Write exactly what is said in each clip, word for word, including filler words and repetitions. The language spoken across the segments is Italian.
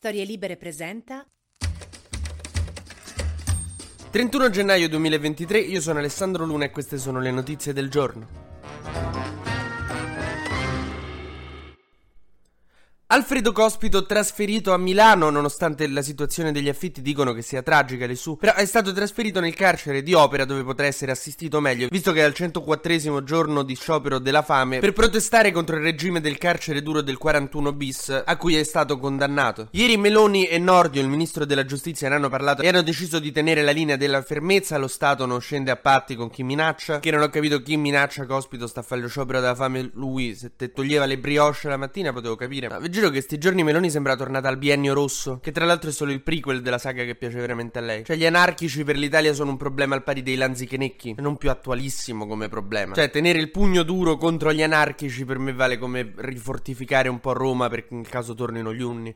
Storie Libere presenta trentuno gennaio duemilaventitré, io sono Alessandro Luna e queste sono le notizie del giorno. Alfredo Cospito trasferito a Milano, nonostante la situazione degli affitti dicono che sia tragica lì su, però è stato trasferito nel carcere di Opera dove potrà essere assistito meglio, visto che è al centoquattresimo giorno di sciopero della fame per protestare contro il regime del carcere duro del quarantuno bis a cui è stato condannato. Ieri Meloni e Nordio, il ministro della giustizia, ne hanno parlato e hanno deciso di tenere la linea della fermezza. Lo Stato non scende a patti con chi minaccia, che non ho capito chi minaccia Cospito sta a fare lo sciopero della fame lui, se te toglieva le brioche la mattina potevo capire, ma vi giuro che sti giorni Meloni sembra tornata al biennio rosso, che tra l'altro è solo il prequel della saga che piace veramente a lei. Cioè gli anarchici per l'Italia sono un problema al pari dei lanzichenecchi, e non più attualissimo come problema. Cioè tenere il pugno duro contro gli anarchici per me vale come rifortificare un po' Roma per in caso tornino gli unni.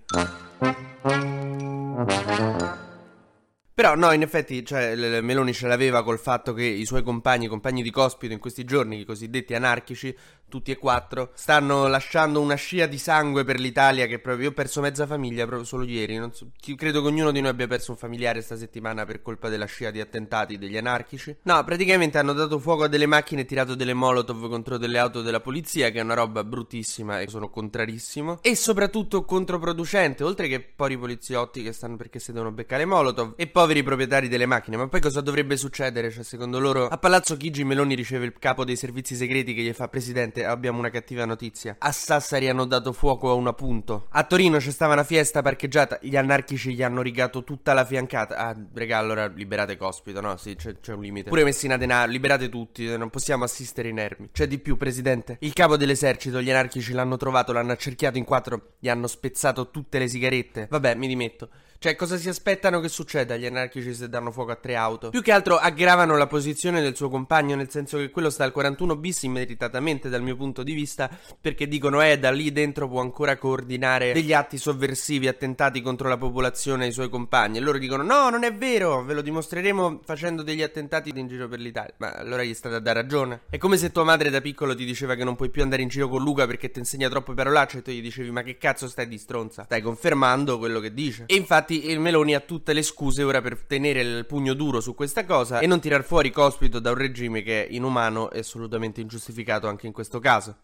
Però no, in effetti, cioè, Meloni ce l'aveva col fatto che i suoi compagni, i compagni di Cospito in questi giorni, i cosiddetti anarchici, tutti e quattro, stanno lasciando una scia di sangue per l'Italia che proprio... Io ho perso mezza famiglia proprio solo ieri, non so, credo che ognuno di noi abbia perso un familiare sta settimana per colpa della scia di attentati degli anarchici. No, praticamente hanno dato fuoco a delle macchine e tirato delle molotov contro delle auto della polizia, che è una roba bruttissima e sono contrarissimo. E soprattutto controproducente, oltre che poveri poliziotti che stanno perché si devono beccare molotov, e poveri proprietari delle macchine. Ma poi cosa dovrebbe succedere? Cioè, secondo loro, a Palazzo Chigi Meloni riceve il capo dei servizi segreti che gli fa: Presidente, abbiamo una cattiva notizia. A Sassari hanno dato fuoco a un appunto. A Torino c'è stata una fiesta parcheggiata, gli anarchici gli hanno rigato tutta la fiancata. Ah, regà, allora liberate Cospito, no? Sì, c'è, c'è un limite. Pure Messina Denaro, liberate tutti, non possiamo assistere inermi. C'è di più, Presidente. Il capo dell'esercito, gli anarchici l'hanno trovato, l'hanno accerchiato in quattro, gli hanno spezzato tutte le sigarette. Vabbè, mi dimetto. Cioè, cosa si aspettano che succeda agli anarchici se danno fuoco a tre auto? Più che altro aggravano la posizione del suo compagno, nel senso che quello sta al quarantuno bis immeritatamente dal mio punto di vista, perché dicono eh da lì dentro può ancora coordinare degli atti sovversivi, attentati contro la popolazione e i suoi compagni, e loro dicono no, non è vero, ve lo dimostreremo facendo degli attentati in giro per l'Italia. Ma allora gli state a dare ragione. È come se tua madre da piccolo ti diceva che non puoi più andare in giro con Luca perché ti insegna troppe parolacce e tu gli dicevi ma che cazzo stai di stronza? Stai confermando quello che dice. E infatti il Meloni ha tutte le scuse ora per tenere il pugno duro su questa cosa e non tirar fuori Cospito da un regime che è inumano e assolutamente ingiustificato anche in questo caso.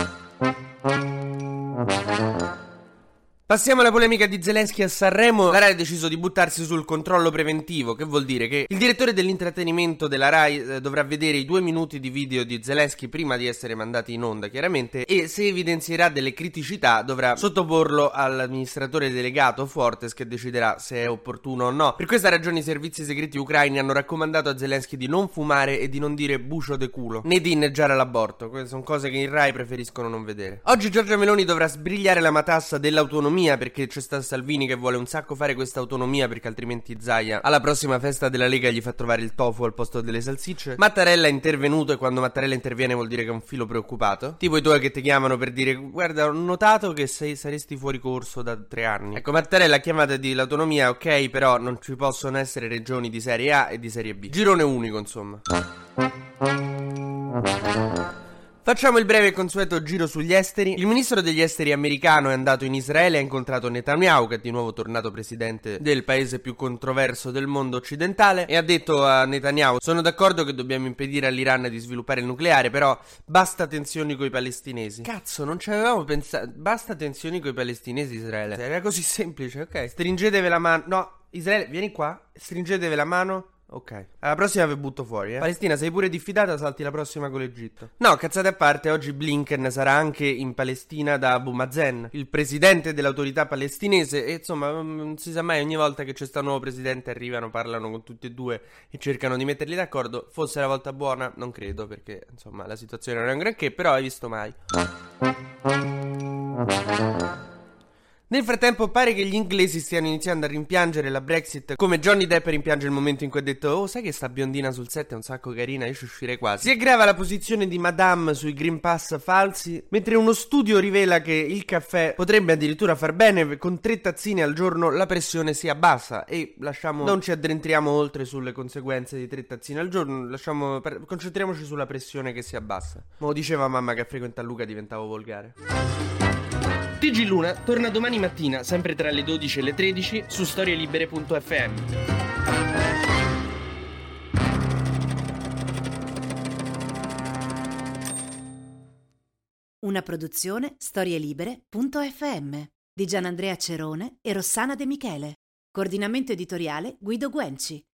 Passiamo alla polemica di Zelensky a Sanremo. La Rai ha deciso di buttarsi sul controllo preventivo, che vuol dire che il direttore dell'intrattenimento della Rai eh, dovrà vedere i due minuti di video di Zelensky prima di essere mandati in onda, chiaramente, e se evidenzierà delle criticità dovrà sottoporlo all'amministratore delegato Fortes, che deciderà se è opportuno o no. Per questa ragione i servizi segreti ucraini hanno raccomandato a Zelensky di non fumare e di non dire bucio de culo, né di inneggiare all'aborto. Queste sono cose che in Rai preferiscono non vedere. Oggi Giorgia Meloni dovrà sbrigliare la matassa dell'autonomia, perché c'è sta Salvini che vuole un sacco fare questa autonomia perché altrimenti Zaia alla prossima festa della Lega gli fa trovare il tofu al posto delle salsicce. Mattarella è intervenuto e quando Mattarella interviene vuol dire che è un filo preoccupato, tipo i tuoi che ti chiamano per dire guarda ho notato che sei, saresti fuori corso da tre anni. Ecco, Mattarella ha chiamato di l'autonomia, ok, però non ci possono essere regioni di serie A e di serie B, girone unico insomma. Facciamo il breve e consueto giro sugli esteri. Il ministro degli esteri americano è andato in Israele e ha incontrato Netanyahu, che è di nuovo tornato presidente del paese più controverso del mondo occidentale, e ha detto a Netanyahu: sono d'accordo che dobbiamo impedire all'Iran di sviluppare il nucleare, però basta tensioni coi palestinesi. Cazzo, non ci avevamo pensato. Basta tensioni coi palestinesi, Israele. Era così semplice, ok. Stringetevi la mano. No, Israele, vieni qua. Stringetevi la mano. Ok, alla prossima vi butto fuori, eh. Palestina, sei pure diffidata, salti la prossima con l'Egitto. No, cazzate a parte, oggi Blinken sarà anche in Palestina da Abu Mazen, il presidente dell'autorità palestinese, e insomma, non si sa mai, ogni volta che c'è sta un nuovo presidente arrivano, parlano con tutti e due e cercano di metterli d'accordo. Fosse la volta buona? Non credo, perché insomma la situazione non è un granché, però hai visto mai. Nel frattempo pare che gli inglesi stiano iniziando a rimpiangere la Brexit, come Johnny Depp rimpiange il momento in cui ha detto oh sai che sta biondina sul set è un sacco carina, io ci uscirei quasi. Si aggrava la posizione di Madame sui Green Pass falsi, mentre uno studio rivela che il caffè potrebbe addirittura far bene, con tre tazzine al giorno la pressione si abbassa. E lasciamo, non ci addentriamo oltre sulle conseguenze di tre tazzine al giorno, lasciamo, concentriamoci sulla pressione che si abbassa. Mo diceva mamma che a frequentare Luca diventavo volgare. T G Luna torna domani mattina, sempre tra le dodici e le tredici, su storielibere punto effe emme. Una produzione storielibere punto effe emme di Gianandrea Cerone e Rossana De Michele. Coordinamento editoriale Guido Guenci.